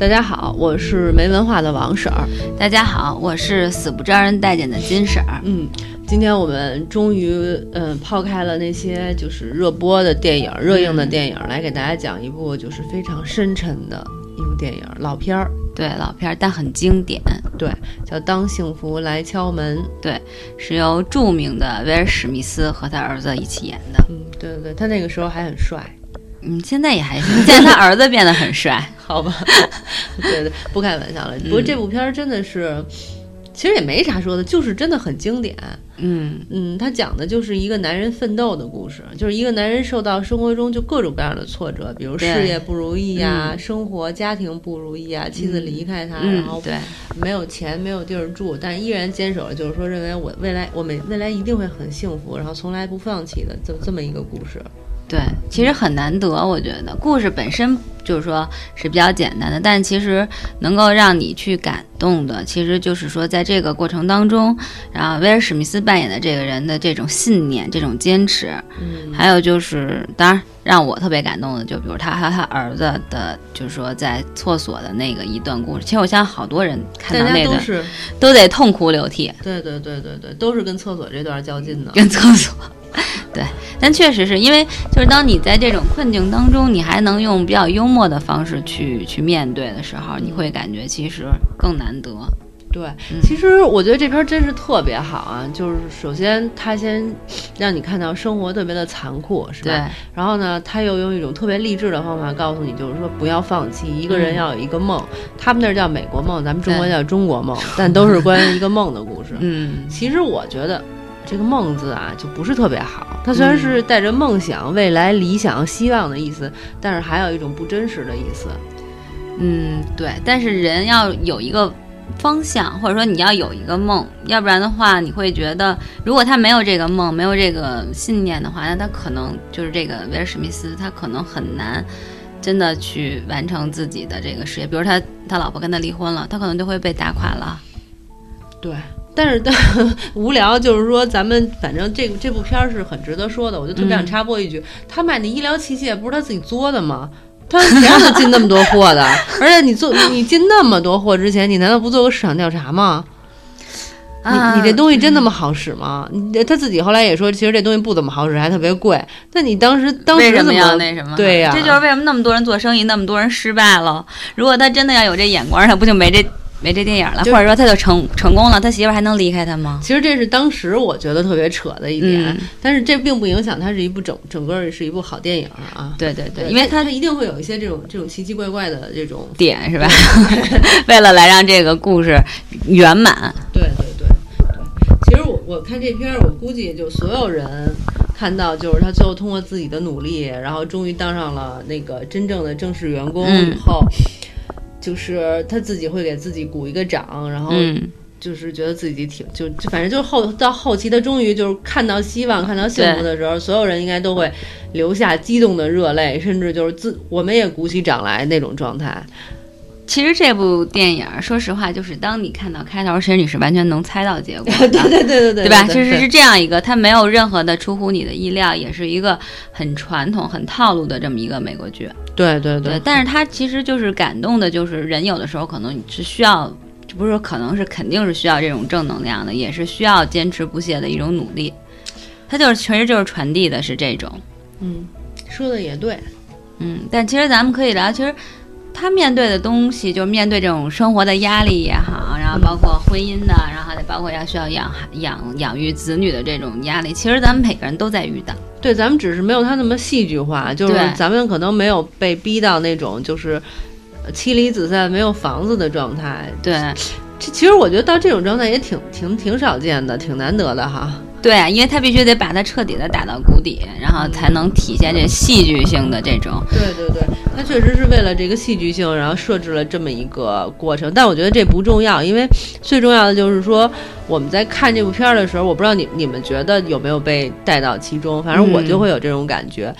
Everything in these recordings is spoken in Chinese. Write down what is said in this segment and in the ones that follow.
大家好，我是没文化的王婶儿。 大家好，我是死不招人待见的金婶儿。 今天我们终于抛开了那些就是热播的电影、热映的电影，来给大家讲一部就是非常深沉的一部电影，老片儿。 对，老片儿，但很经典。 对，叫《当幸福来敲门》。 对，是由著名的威尔史密斯和他儿子一起演的。 对对对，他那个时候还很帅。 现在也还行，现在他儿子变得很帅。 好吧，对对，不开玩笑了。不过这部片儿真的是，其实也没啥说的，就是真的很经典。他讲的就是一个男人奋斗的故事，就是一个男人受到生活中就各种各样的挫折，比如事业不如意呀，生活家庭不如意啊，妻子离开他，然后没有钱没有地儿住，但依然坚守了，就是说认为我们未来一定会很幸福，然后从来不放弃的这么一个故事。 对，其实很难得，我觉得故事本身就是说是比较简单的，但其实能够让你去感动的，其实就是说在这个过程当中，然后威尔史密斯扮演的这个人的这种信念、这种坚持，还有就是当然让我特别感动的，就比如他和他儿子的，就是说在厕所的那个一段故事。其实我相信好多人看到那段都得痛哭流涕。 对对对对对，都是跟厕所这段较劲的， 跟厕所。对，但确实是因为就是当你在这种困境当中，你还能用比较幽默的方式去面对的时候，你会感觉其实更难得。 对，其实我觉得这片真是特别好啊！就是首先他先让你看到生活特别的残酷，是吧？ 对。 然后呢，他又用一种特别励志的方法告诉你，就是说不要放弃，一个人要有一个梦。他们那儿叫美国梦，咱们中国叫中国梦，但都是关于一个梦的故事。其实我觉得这个梦字啊，就不是特别好。它虽然是带着梦想、未来、理想、希望的意思，但是还有一种不真实的意思。 对。但是人要有一个方向，或者说你要有一个梦，要不然的话，你会觉得，如果他没有这个梦，没有这个信念的话，那他可能就是这个威尔史密斯，他可能很难真的去完成自己的这个事业。比如他老婆跟他离婚了，他可能就会被打垮了。 对。但是无聊，就是说咱们反正这部片儿是很值得说的，我就特别想插播一句，他卖的医疗器械不是他自己做的吗？他谁让他进那么多货的？而且你进那么多货之前，你难道不做个市场调查吗？你这东西真那么好使吗？他自己后来也说，其实这东西不怎么好使，还特别贵。那你当时为什么要那什么？ 对呀， 这就是为什么那么多人做生意，那么多人失败了。如果他真的要有这眼光，他不就没这电影了，或者说他就成功了，他媳妇还能离开他吗？ 其实这是当时我觉得特别扯的一点，但是这并不影响它是一部整个是一部好电影啊。 对对对， 因为它一定会有一些这种奇奇怪怪的这种点，是吧？为了来让这个故事圆满。 对对对对，其实我看这片，我估计就所有人看到，就是他最后通过自己的努力，然后终于当上了那个真正的正式员工以后。就是他自己会给自己鼓一个掌，然后就是觉得自己就反正就是到后期，他终于就是看到希望、看到幸福的时候，所有人应该都会流下激动的热泪，甚至就是我们也鼓起掌来那种状态。 其实这部电影说实话，就是当你看到开头时，你是完全能猜到结果的。 对吧？其实是这样一个，它没有任何的出乎你的意料，也是一个很传统很套路的这么一个美国剧。 对对 对， 但是它其实就是感动的，就是人有的时候可能是需要，不是说可能是肯定是需要这种正能量的，也是需要坚持不懈的一种努力。它其实就是传递的是这种。 说的也对。 但其实咱们可以聊，其实他面对的东西，就是面对这种生活的压力也好，然后包括婚姻的，然后还包括需要养育子女的这种压力，其实咱们每个人都在遇到。对， 咱们只是没有他那么戏剧化，就是咱们可能没有被逼到那种就是妻离子散、没有房子的状态。 对， 其实我觉得到这种状态也挺少见的，挺难得的哈。 对啊，因为他必须得把它彻底的打到谷底，然后才能体现这戏剧性的这种。 对对对，他确实是为了这个戏剧性，然后设置了这么一个过程。但我觉得这不重要，因为最重要的就是说我们在看这部片的时候，我不知道你们觉得有没有被带到其中，反正我就会有这种感觉。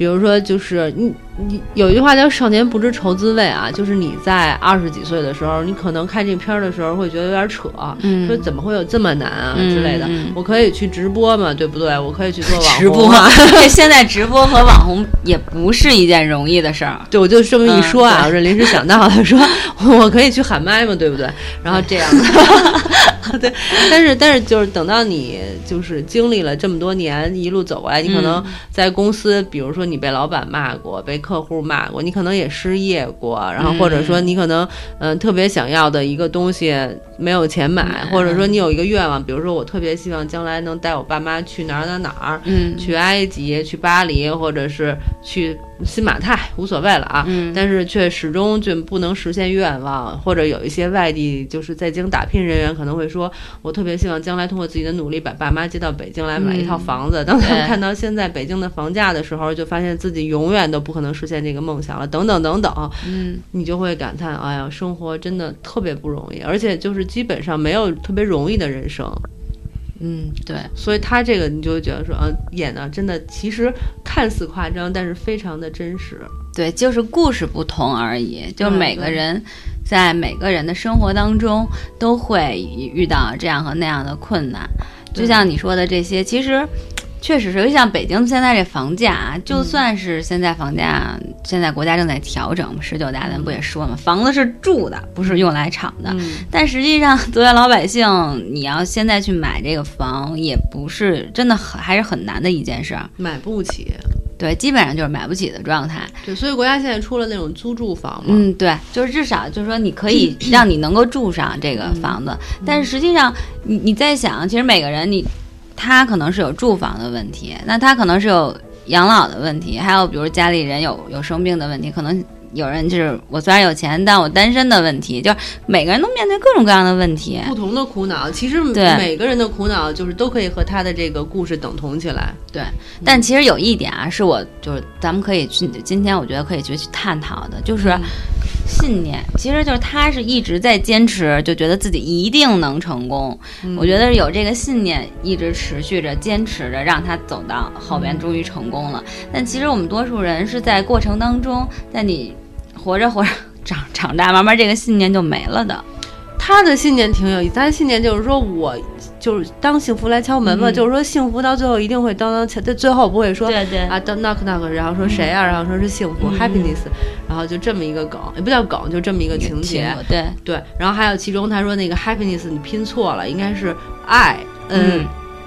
比如说就是你有一句话叫少年不知愁滋味啊，就是你在20几岁的时候，你可能看这片的时候会觉得有点扯，说怎么会有这么难啊之类的，我可以去直播嘛，对不对？我可以去做网红直播现在直播和网红也不是一件容易的事儿。 对，我就这么一说啊，我这临时想到的，说我可以去喊麦嘛，对不对？然后这样的对，但是就是等到你就是经历了这么多年一路走过来，你可能在公司，比如说你被老板骂过，被客户骂过，你可能也失业过，然后或者说你可能特别想要的一个东西没有钱买，或者说你有一个愿望，比如说我特别希望将来能带我爸妈去哪儿，去埃及，去巴黎，或者是去新马泰，无所谓了啊，但是却始终就不能实现愿望，或者有一些外地就是在京打拼人员可能会说，我特别希望将来通过自己的努力把爸妈接到北京来买一套房子，当他们看到现在北京的房价的时候，就发现自己永远都不可能实现这个梦想了，等等等等，你就会感叹，哎呀，生活真的特别不容易，而且就是基本上没有特别容易的人生。 对， 所以他这个你就会觉得说，演的真的其实看似夸张，但是非常的真实。 对，就是故事不同而已，就每个人在每个人的生活当中都会遇到这样和那样的困难。就像你说的这些，其实确实是像北京现在这房价，就算是现在房价，现在国家正在调整，19大咱不也说嘛，房子是住的，不是用来炒的。但实际上，作为老百姓，你要现在去买这个房，也不是真的还是很难的一件事，买不起。 对，基本上就是买不起的状态。 对，所以国家现在出了那种租住房嘛。 对，就是至少就是说你可以让你能够住上这个房子，但是实际上你在想，其实每个人他可能是有住房的问题，那他可能是有养老的问题，还有比如家里人有生病的问题，可能有人就是我虽然有钱，但我单身的问题，就是每个人都面对各种各样的问题， 不同的苦恼。其实每个人的苦恼就是都可以和他的这个故事等同起来。 对，但其实有一点啊，是我就是咱们可以去今天我觉得可以去探讨的，就是信念。其实就是他是一直在坚持，就觉得自己一定能成功。我觉得有这个信念一直持续着坚持着，让他走到后边终于成功了。但其实我们多数人是在过程当中，在你活着长大，慢慢这个信念就没了的。 他的信念挺有意思，他的信念就是说，我就是当幸福来敲门嘛，就是说幸福到最后一定会当敲，最后不会说对啊当 knock knock， 然后说谁啊，然后说是幸福 happiness， 然后就这么一个梗，也不叫梗，就这么一个情节。对，然后还有其中他说那个 happiness 你拼错了，应该是I N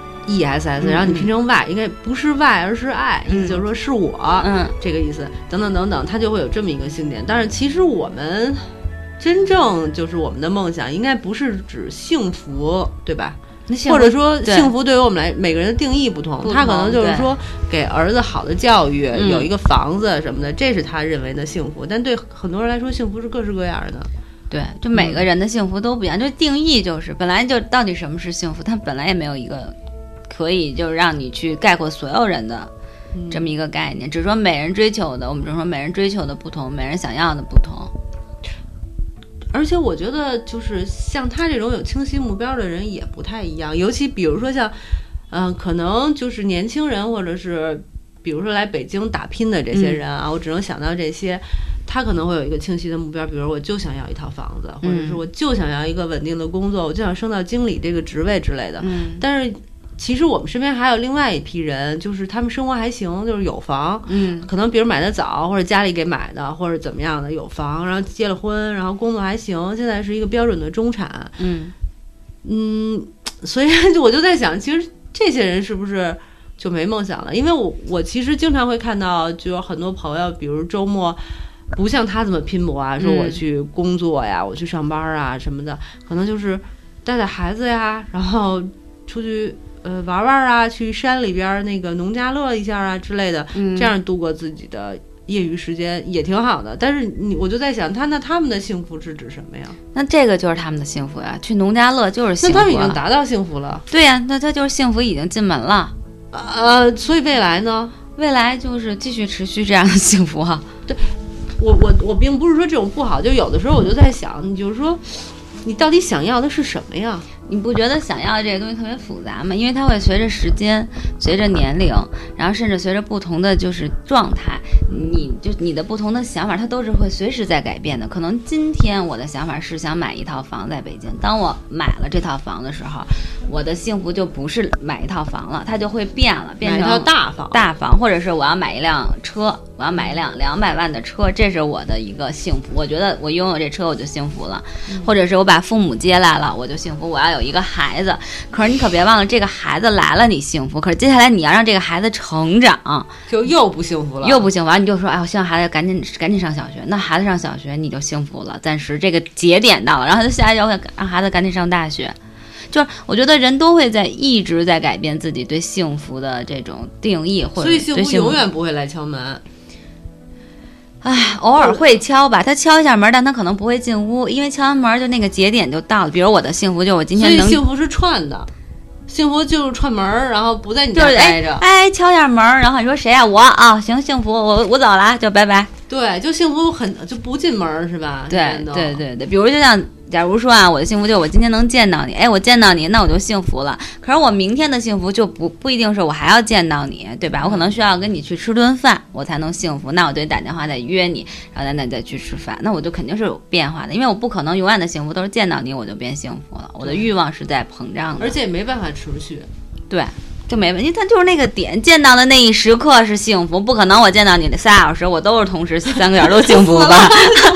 ESS， 然后你拼成 Y， 应该不是 Y 而是 I， 意思就是说是我，这个意思，等等等等，他就会有这么一个信念。但是其实我们真正就是我们的梦想，应该不是指幸福，对吧？或者说幸福对于我们来每个人的定义不同，他可能就是说给儿子好的教育，有一个房子什么的，这是他认为的幸福。但对很多人来说，幸福是各式各样的。 对，就每个人的幸福都不一样，就定义就是本来就到底什么是幸福，它本来也没有一个可以就让你去概括所有人的这么一个概念，只是说每人追求的，我们只是说每人追求的不同，每人想要的不同。 而且我觉得就是像他这种有清晰目标的人也不太一样，尤其比如说像可能就是年轻人，或者是比如说来北京打拼的这些人啊，我只能想到这些，他可能会有一个清晰的目标，比如我就想要一套房子，或者是我就想要一个稳定的工作，我就想升到经理这个职位之类的。但是其实我们身边还有另外一批人，就是他们生活还行，就是有房，可能比如买的早，或者家里给买的，或者怎么样的，有房，然后结了婚，然后工作还行，现在是一个标准的中产，所以我就在想，其实这些人是不是就没梦想了？因为我其实经常会看到，就有很多朋友，比如周末不像他这么拼搏啊，说我去工作呀，我去上班啊什么的，可能就是带带孩子呀，然后出去玩玩啊，去山里边那个农家乐一下啊之类的，这样度过自己的业余时间也挺好的。但是我就在想，他们的幸福是指什么呀？ 那这个就是他们的幸福呀，去农家乐就是幸福。 那他们已经达到幸福了。 对呀，那他就是幸福已经进门了。 所以未来呢？ 未来就是继续持续这样的幸福哈。 对，我并不是说这种不好，就有的时候我就在想，你就是说你到底想要的是什么呀？ 你不觉得想要这个东西特别复杂吗？因为它会随着时间、随着年龄，然后甚至随着不同的就是状态，你的不同的想法，它都是会随时在改变的。可能今天我的想法是想买一套房在北京，当我买了这套房的时候，我的幸福就不是买一套房了，它就会变了，变成买一套大房，或者是我要买一辆车，我要买一辆200万的车，这是我的一个幸福。我觉得我拥有这车我就幸福了，或者是我把父母接来了我就幸福。我要有一个孩子，可是你可别忘了，这个孩子来了你幸福，可是接下来你要让这个孩子成长， 就又不幸福了， 又不幸福。完你就说，哎，我希望孩子赶紧上小学，那孩子上小学你就幸福了，暂时这个节点到了，然后就下一要让孩子赶紧上大学。就是我觉得人都会一直在改变自己对幸福的这种定义，或者所以幸福永远不会来敲门。 哎，偶尔会敲吧，他敲一下门，但他可能不会进屋，因为敲完门就那个节点就到了。比如我的幸福就我今天能， 所以幸福是串的，幸福就是串门，然后不在你家待着。 哎，敲一下门，然后你说谁呀？我啊，行，幸福，我走了，就拜拜。 对，就幸福就不进门是吧？ 对，比如就像假如说啊，我的幸福就是我今天能见到你，哎，我见到你，那我就幸福了。可是我明天的幸福就不一定是我还要见到你，对吧？我可能需要跟你去吃顿饭，我才能幸福。那我就打电话再约你，然后咱再去吃饭，那我就肯定是有变化的，因为我不可能永远的幸福都是见到你我就变幸福了，我的欲望是在膨胀的， 而且也没办法持续。 对。就没问题，他就是那个点，见到的那一时刻是幸福，不可能我见到你的3小时，我都是同时3个小时都幸福吧？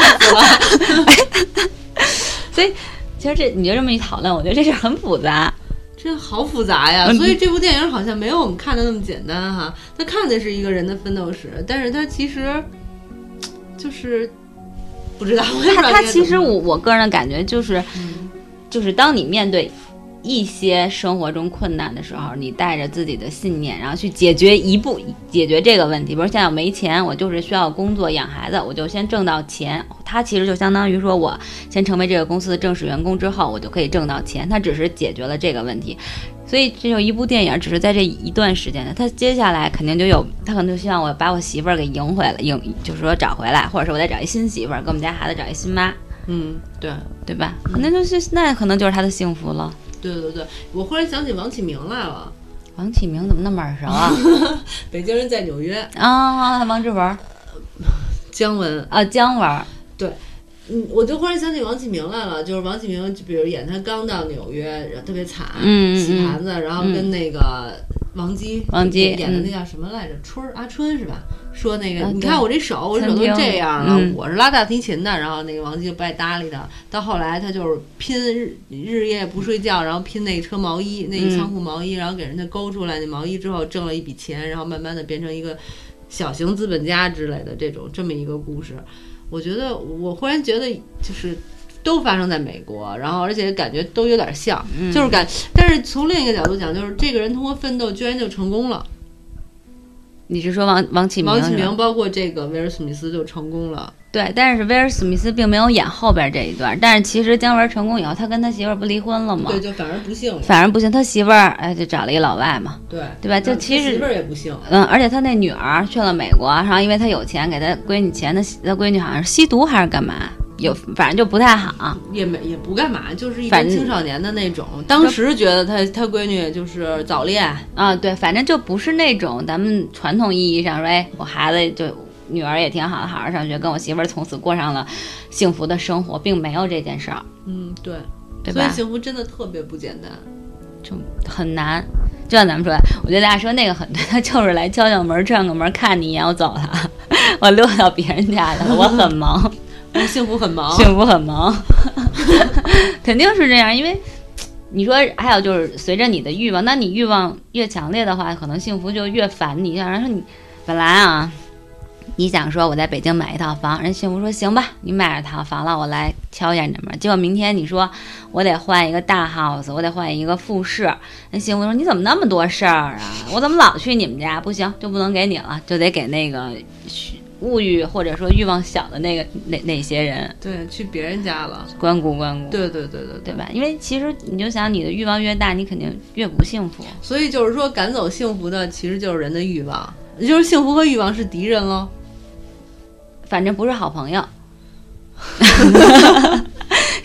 所以，其实你就这么一讨论，我觉得这事很复杂， 这好复杂呀。所以这部电影好像没有我们看的那么简单哈。他看的是一个人的奋斗史，但是他其实就是不知道。 他其实我个人的感觉就是，就是当你面对一些生活中困难的时候，你带着自己的信念，然后去解决这个问题。比如现在我没钱，我就是需要工作养孩子，我就先挣到钱。它其实就相当于说我先成为这个公司的正式员工之后，我就可以挣到钱。它只是解决了这个问题。所以这就一部电影，只是在这一段时间的，他接下来肯定他可能就希望我把我媳妇儿给赢回来，就是说找回来，或者是我再找一新媳妇儿，给我们家孩子找一新妈。对吧？那可能就是他的幸福了。 对，我忽然想起王启明来了。 王启明怎么那么耳熟啊？ 北京人在纽约啊，王志文， 姜文啊，姜文， 对，我就忽然想起王启明来了，就是王启明，就比如演他刚到纽约，然后特别惨，洗盘子，然后跟那个王姬演的那叫什么来着？阿春是吧？说那个，你看我这手都这样了，我是拉大提琴的，然后那个王姬就不爱搭理他。到后来他就是拼日夜不睡觉，然后拼那车毛衣，那一仓库毛衣，然后给人家勾出来那毛衣之后挣了一笔钱，然后慢慢的变成一个小型资本家之类的这么一个故事。我觉得我忽然觉得就是都发生在美国，然后而且感觉都有点像，就是但是从另一个角度讲，就是这个人通过奋斗居然就成功了。 你是说王启明包括这个威尔史密斯就成功了。 对，但是威尔史密斯并没有演后边这一段，但是其实姜文成功以后，他跟他媳妇儿不离婚了吗？ 对，就反而不幸了。 他媳妇儿就找了一老外嘛。 对吧？就其实媳妇儿也不幸。 而且他那女儿去了美国，然后因为他有钱，给他闺女钱，他闺女好像是吸毒还是干嘛？反正就不太好， 也不干嘛，就是一般青少年的那种。当时觉得他闺女就是早恋啊，对，反正就不是那种咱们传统意义上说，哎，我孩子就女儿也挺好的，好好上学，跟我媳妇儿从此过上了幸福的生活，并没有这件事儿。 对吧？ 所以幸福真的特别不简单， 就很难。就像咱们说，我觉得大家说那个很对，他就是来敲敲门、串个门，看你一眼，我走了，我溜到别人家去了，我很忙。 幸福很忙， 肯定是这样。因为你说还有就是随着你的欲望，那你欲望越强烈的话，可能幸福就越烦你。然后你本来啊，你想说我在北京买一套房，人幸福说行吧，你买了套房了，我来敲一下你的门。结果明天你说我得换一个大 house， 我得换一个复式，人幸福说你怎么那么多事儿啊？我怎么老去你们家？不行，就不能给你了，就得给那个物欲或者说欲望小的那些人， 对，去别人家了， 关顾，对吧？因为其实你就想，你的欲望越大，你肯定越不幸福。 所以就是说，赶走幸福的其实就是人的欲望，就是幸福和欲望是敌人喽。 反正不是好朋友。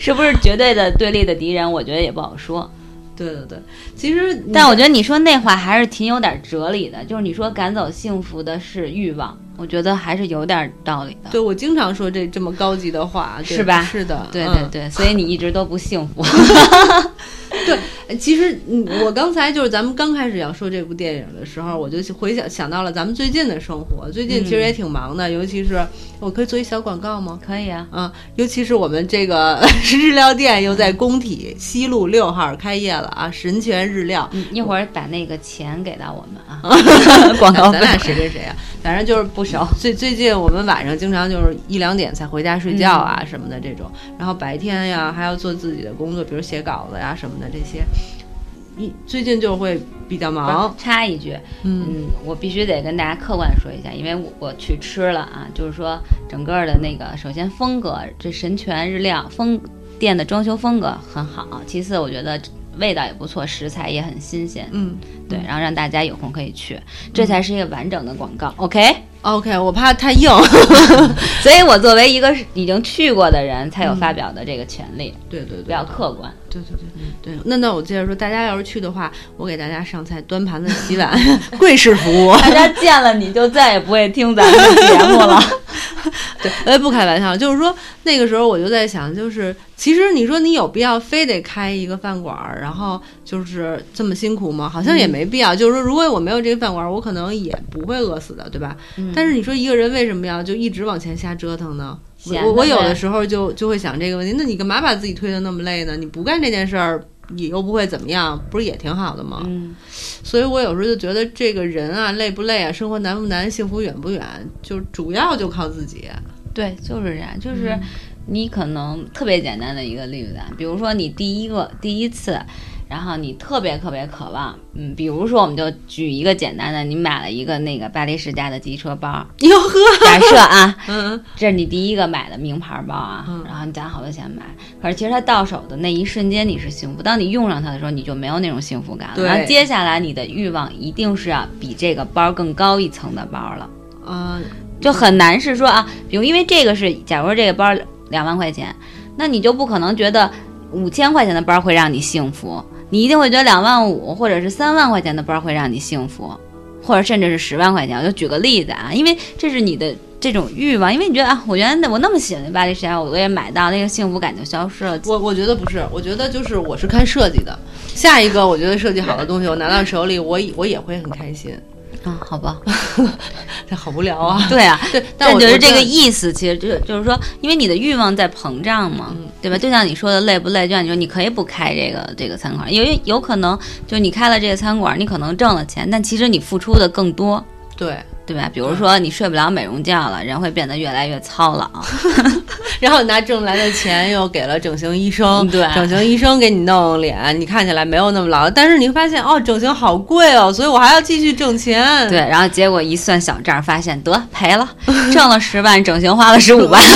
是不是绝对的对立的敌人？我觉得也不好说。 对对对，其实但我觉得你说那话还是挺有点哲理的，就是你说赶走幸福的是欲望，我觉得还是有点道理的。 对，我经常说这么高级的话， 是吧？ 是的， 对对对，所以你一直都不幸福。 对，其实我刚才就是咱们刚开始要说这部电影的时候，我就想到了咱们最近的生活。最近其实也挺忙的，尤其是我可以做一小广告吗？ 可以啊， 尤其是我们这个日料店又在工体西路6号开业了啊，神泉日料。 一会儿把那个钱给到我们啊，广告费。 咱俩谁跟谁啊？反正就是不熟。 最近我们晚上经常就是1、2点才回家睡觉啊什么的这种，然后白天呀还要做自己的工作，比如写稿子呀什么的这些。最近就会比较忙。 插一句，我必须得跟大家客观说一下，因为我去吃了啊，就是说整个的那个，首先风格，这神泉日料店的装修风格很好，其次我觉得味道也不错，食材也很新鲜，对，然后让大家有空可以去，这才是一个完整的广告。OK， 我怕太硬， 所以我作为一个已经去过的人，才有发表的这个权利。 对对对， 比较客观。 对。那我接着说，大家要是去的话，我给大家上菜、端盘子、洗碗，贵式服务。 大家见了你就再也不会听咱们的节目了。 对，不开玩笑，就是说那个时候我就在想，就是其实你说你有必要非得开一个饭馆，然后就是这么辛苦吗？好像也没必要。就是说，如果我没有这个饭馆，我可能也不会饿死的，对吧？但是你说一个人为什么要就一直往前瞎折腾呢？我有的时候就会想这个问题，那你干嘛把自己推得那么累呢？你不干这件事儿，你又不会怎么样，不是也挺好的吗？所以我有时候就觉得这个人啊，累不累啊，生活难不难，幸福远不远，就主要就靠自己。 对，就是这样，就是你可能特别简单的一个例子，比如说你第一次，然后你特别渴望，比如说我们就举一个简单的，你买了一个那个巴黎世家的机车包， 哟呵， 假设啊，这是你第一个买的名牌包啊，然后你攒好多钱买，可是其实它到手的那一瞬间你是幸福，当你用上它的时候，你就没有那种幸福感了。然后接下来你的欲望一定是要比这个包更高一层的包了，就很难是说啊，比如因为这个是，假如这个包2万块钱，那你就不可能觉得5000块钱的包会让你幸福，你一定会觉得2万5或者是3万块钱的包会让你幸福，或者甚至是10万块钱。我就举个例子啊，因为这是你的这种欲望，因为你觉得啊，我原来我那么喜欢巴黎世家，我也买到，那个幸福感就消失了。 我觉得不是，我觉得就是我是看设计的，下一个我觉得设计好的东西我拿到手里，我也会很开心。 好吧， 这好无聊啊！ 对啊， 对，但我觉得这个意思，其实就是说，因为你的欲望在膨胀嘛，对吧？就像你说的累不累，就像你说，你可以不开这个餐馆，因为有可能就你开了这个餐馆，你可能挣了钱，但其实你付出的更多，对吧？比如说你睡不了美容觉了，人会变得越来越操劳， 然后拿挣来的钱又给了整形医生， 对， 整形医生给你弄脸，你看起来没有那么老，但是你会发现整形好贵哦，所以我还要继续挣钱。 对，然后结果一算小账，发现得赔了，挣了10万，整形花了15万。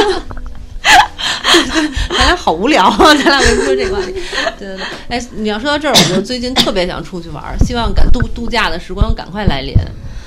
咱俩好无聊啊！咱俩没说这个话题。对。哎，你要说到这儿，我就最近特别想出去玩，希望度假的时光赶快来临。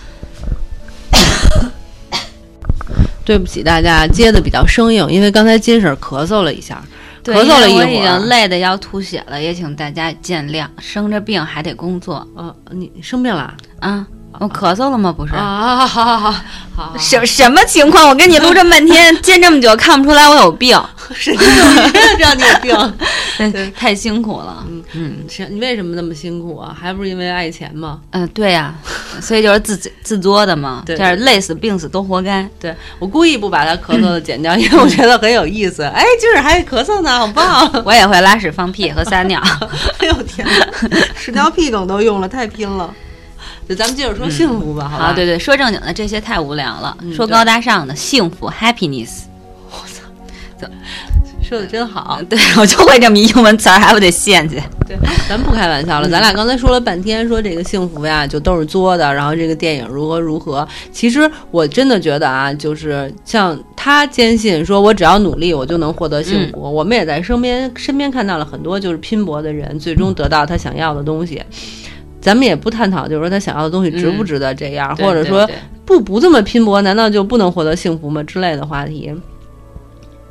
对不起大家，接的比较生硬，因为刚才金婶咳嗽了一下，咳嗽了一会儿， 我已经累得要吐血了，也请大家见谅。生着病还得工作。 你生病了啊？我咳嗽了吗？不是啊，好， 什么情况？我跟你录这么半天，见这么久，看不出来我有病。 谁知道你有病？ 对，太辛苦了。 你为什么那么辛苦啊？还不是因为爱钱吗？ 对呀，所以就是自作的嘛。 对， 就是累死病死都活该。 对，我故意不把他咳嗽的剪掉，因为我觉得很有意思。哎，今儿还咳嗽呢，好棒！ 我也会拉屎放屁和撒尿。 哎呦天哪，屎尿屁梗都用了，太拼了。就咱们接着说幸福吧，好吧？ 对，说正经的，这些太无聊了。说高大上的幸福 ，happiness。 我操，说的真好。 对，我就会这么一英文词儿，还不得献去？ 对，咱不开玩笑了。咱俩刚才说了半天，说这个幸福呀，就都是作的。然后这个电影如何？其实我真的觉得啊，就是像他坚信说，我只要努力，我就能获得幸福。我们也在身边看到了很多就是拼搏的人，最终得到他想要的东西。咱们也不探讨，就是说他想要的东西值不值得这样，或者说不这么拼搏，难道就不能获得幸福吗？之类的话题。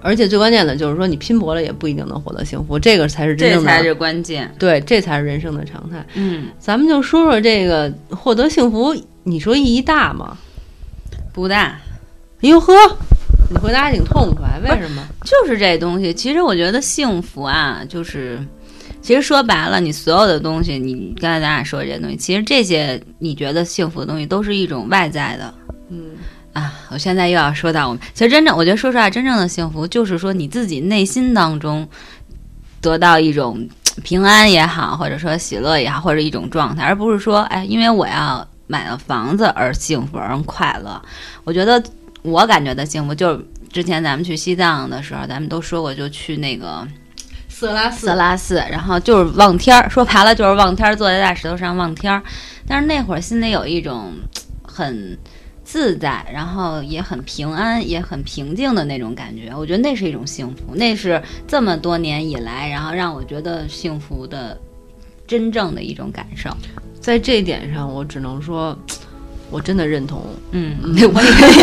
而且最关键的就是说，你拼搏了也不一定能获得幸福，这个才是真正的， 这才是关键。 对，这才是人生的常态。咱们就说说这个获得幸福，你说意义大吗？ 不大。 哟呵，你回答还挺痛快，为什么？ 就是这东西。其实我觉得幸福啊，就是其实说白了，你所有的东西，你刚才咱俩说的这些东西，其实这些你觉得幸福的东西，都是一种外在的。我现在又要说到其实真正，我觉得说实话，真正的幸福就是说你自己内心当中得到一种平安也好，或者说喜乐也好，或者一种状态，而不是说因为我要买了房子而幸福而快乐。我觉得我感觉的幸福，就是之前咱们去西藏的时候，咱们都说过，就去那个色拉寺，然后就是望天儿，说白了就是望天儿，坐在大石头上望天儿。但是那会儿心里有一种很自在，然后也很平安，也很平静的那种感觉。我觉得那是一种幸福，那是这么多年以来，然后让我觉得幸福的真正的一种感受。 在这一点上，我只能说，我真的认同。 我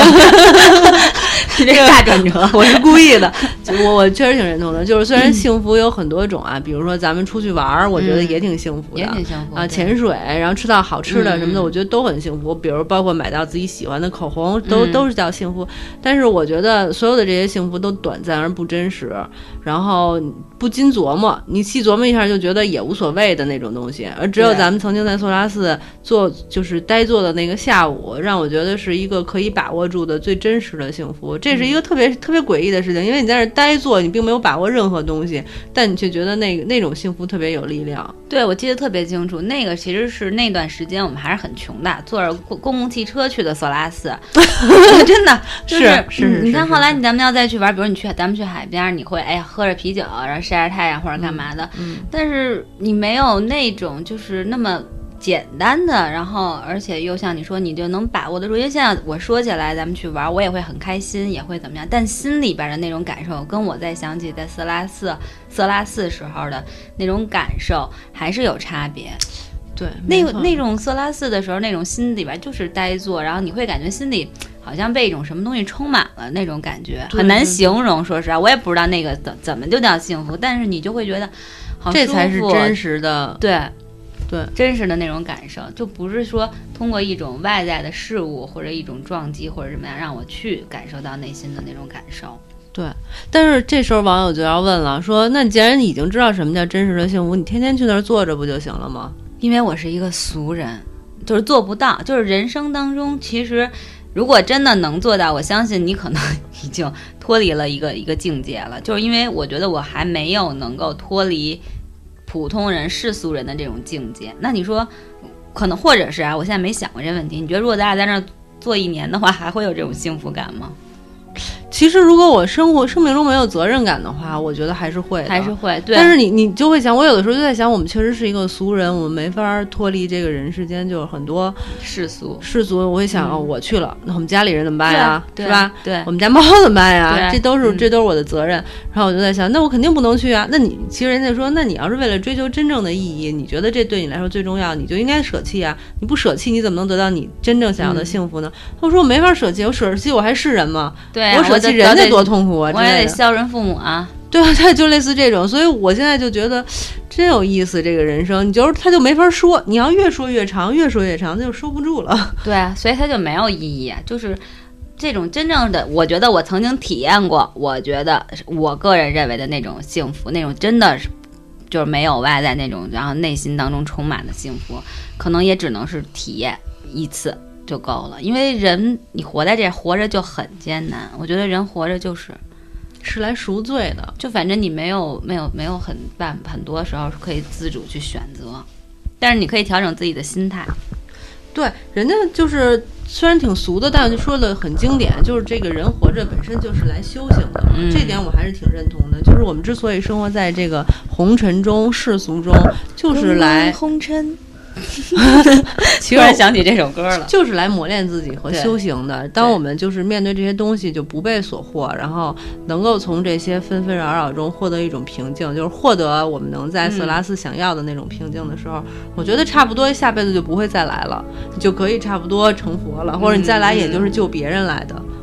也这个大转折， 我是故意的。我确实挺认同的。就是虽然幸福有很多种啊，比如说咱们出去玩，我觉得也挺幸福的， 也挺幸福啊。潜水，然后吃到好吃的什么的，我觉得都很幸福。比如包括买到自己喜欢的口红，都是叫幸福。但是我觉得所有的这些幸福都短暂而不真实，然后不禁琢磨，你细琢磨一下就觉得也无所谓的那种东西。而只有咱们曾经在色拉寺就是呆坐的那个下午，让我觉得是一个可以把握住的最真实的幸福。这是一个特别诡异的事情，因为你在那呆坐，你并没有把握任何东西，但你却觉得那种幸福特别有力量。 对，我记得特别清楚，那个其实是那段时间我们还是很穷的，坐着公共汽车去的色拉寺，真的是。 你看后来咱们要再去玩，比如咱们去海边，你会喝着啤酒，然后晒着太阳或者干嘛的，但是你没有那种就是那么简单的，然后而且又像你说，你就能把握得住。因为现在我说起来咱们去玩，我也会很开心，也会怎么样，但心里边的那种感受，跟我在想起在色拉寺时候的那种感受还是有差别。 对， 那种色拉寺的时候，那种心里边就是呆坐，然后你会感觉心里好像被一种什么东西充满了那种感觉，很难形容。说实话，我也不知道那个怎么就叫幸福，但是你就会觉得好舒服， 这才是真实的。 对，真实的那种感受，就不是说通过一种外在的事物或者一种撞击或者怎么样让我去感受到内心的那种感受。 对，但是这时候网友就要问了，说那既然你已经知道什么叫真实的幸福，你天天去那儿坐着不就行了吗？ 因为我是一个俗人，就是做不到。就是人生当中，其实如果真的能做到，我相信你可能已经脱离了一个境界了。就是因为我觉得我还没有能够脱离普通人世俗人的这种境界。那你说可能或者是我现在没想过这问题，你觉得如果咱俩在那儿做1年的话，还会有这种幸福感吗？ 其实如果我生命中没有责任感的话，我觉得还是会的， 还是会。对， 但是你就会想，我有的时候就在想，我们确实是一个俗人，我们没法脱离这个人世间，就是很多世俗。 我会想，我去了，那我们家里人怎么办呀？ 是吧？ 对， 我们家猫怎么办呀？这都是我的责任。然后我就在想，那我肯定不能去啊。那你其实人家说，那你要是为了追求真正的意义，你觉得这对你来说最重要，你就应该舍弃啊。你不舍弃，你怎么能得到你真正想要的幸福呢？我说我没法舍弃，我舍弃我还是人吗？ 对， 我舍弃人家多痛苦啊！ 我也得孝顺父母啊。 对啊，就类似这种，所以我现在就觉得真有意思。这个人生，你就是他就没法说，你要越说越长，越说越长，那就收不住了。 对啊，所以它就没有意义啊。就是这种真正的，我觉得我曾经体验过，我觉得我个人认为的那种幸福，那种真的是就是没有外在那种，然后内心当中充满的幸福，可能也只能是体验一次就够了。因为人你活在这活着就很艰难，我觉得人活着就是来赎罪的， 就反正你没有很多时候是可以自主去选择，但是你可以调整自己的心态。 对，人家就是虽然挺俗的，但是说的很经典，就是这个人活着本身就是来修行的，这点我还是挺认同的。就是我们之所以生活在这个红尘中、世俗中，就是来红尘。 突然想起这首歌了， 就是来磨练自己和修行的。当我们就是面对这些东西就不被所惑，然后能够从这些纷纷扰扰中获得一种平静，就是获得我们能在色拉寺想要的那种平静的时候，我觉得差不多下辈子就不会再来了，你就可以差不多成佛了，或者你再来也就是救别人来的。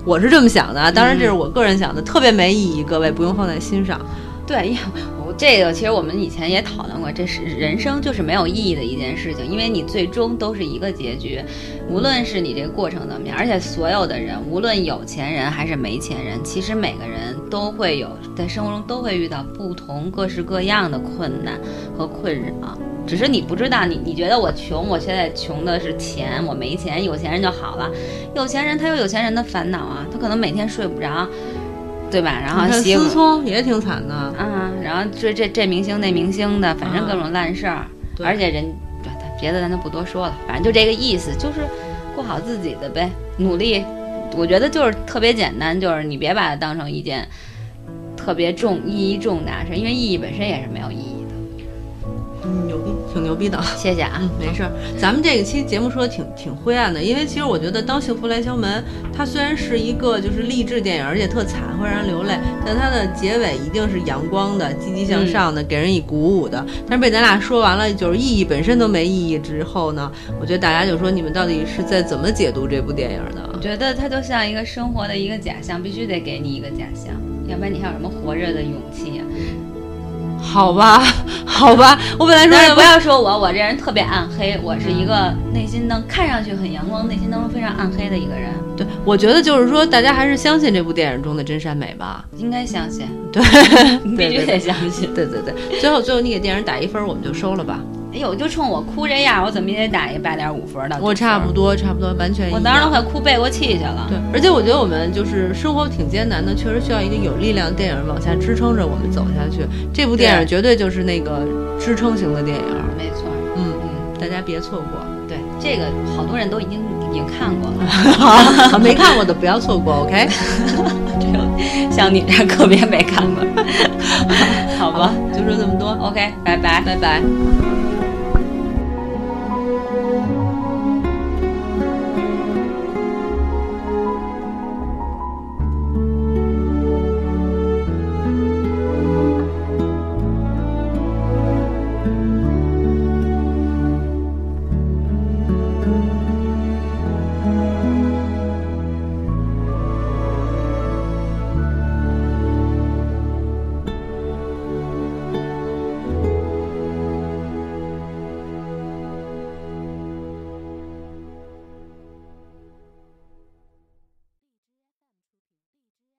我是这么想的，当然这是我个人想的，特别没意义，各位不用放在心上。 对，这个其实我们以前也讨论过，这是人生就是没有意义的一件事情，因为你最终都是一个结局，无论是你这个过程怎么样，而且所有的人，无论有钱人还是没钱人，其实每个人都会有在生活中都会遇到不同各式各样的困难和困扰，只是你不知道，你觉得我穷，我现在穷的是钱，我没钱，有钱人就好了，有钱人他有钱人的烦恼啊，他可能每天睡不着。对吧？然后思聪也挺惨的啊，然后这明星那明星的，反正各种烂事儿，而且别的咱就不多说了，反正就这个意思，就是过好自己的呗，努力。我觉得就是特别简单，就是你别把它当成一件特别意义重大事，因为意义本身也是没有意义的。 牛逼，挺牛逼的， 谢谢啊。 没事，咱们这个期节目说的挺灰暗的，因为其实我觉得《当幸福来敲门》它虽然是一个就是励志电影，而且特惨会让人流泪，但它的结尾一定是阳光的、积极向上的，给人以鼓舞的。但是被咱俩说完了，就是意义本身都没意义之后呢，我觉得大家就说你们到底是在怎么解读这部电影的？ 我觉得它就像一个生活的一个假象，必须得给你一个假象，要不然你还有什么活着的勇气呀？ 好吧，我本来说， 但是不要说我这人特别暗黑，我是一个内心看上去很阳光，内心当中非常暗黑的一个人。 对，我觉得就是说，大家还是相信这部电影中的真善美吧， 应该相信， 对， 必须得相信， 对。最后你给电影打1分，我们就收了吧。 哎呦，就冲我哭这样，我怎么也得打一8.5分的。 我差不多，完全一样。 我当时都快哭背过气去了。 对，而且我觉得我们就是生活挺艰难的，确实需要一个有力量的电影往下支撑着我们走下去。这部电影绝对就是那个支撑型的电影。 没错， 大家别错过。 对，这个好多人都已经看过了。 好，没看过的不要错过 ，OK？ 像你这个别没看过。好吧， 就说这么多 ，OK， 拜拜。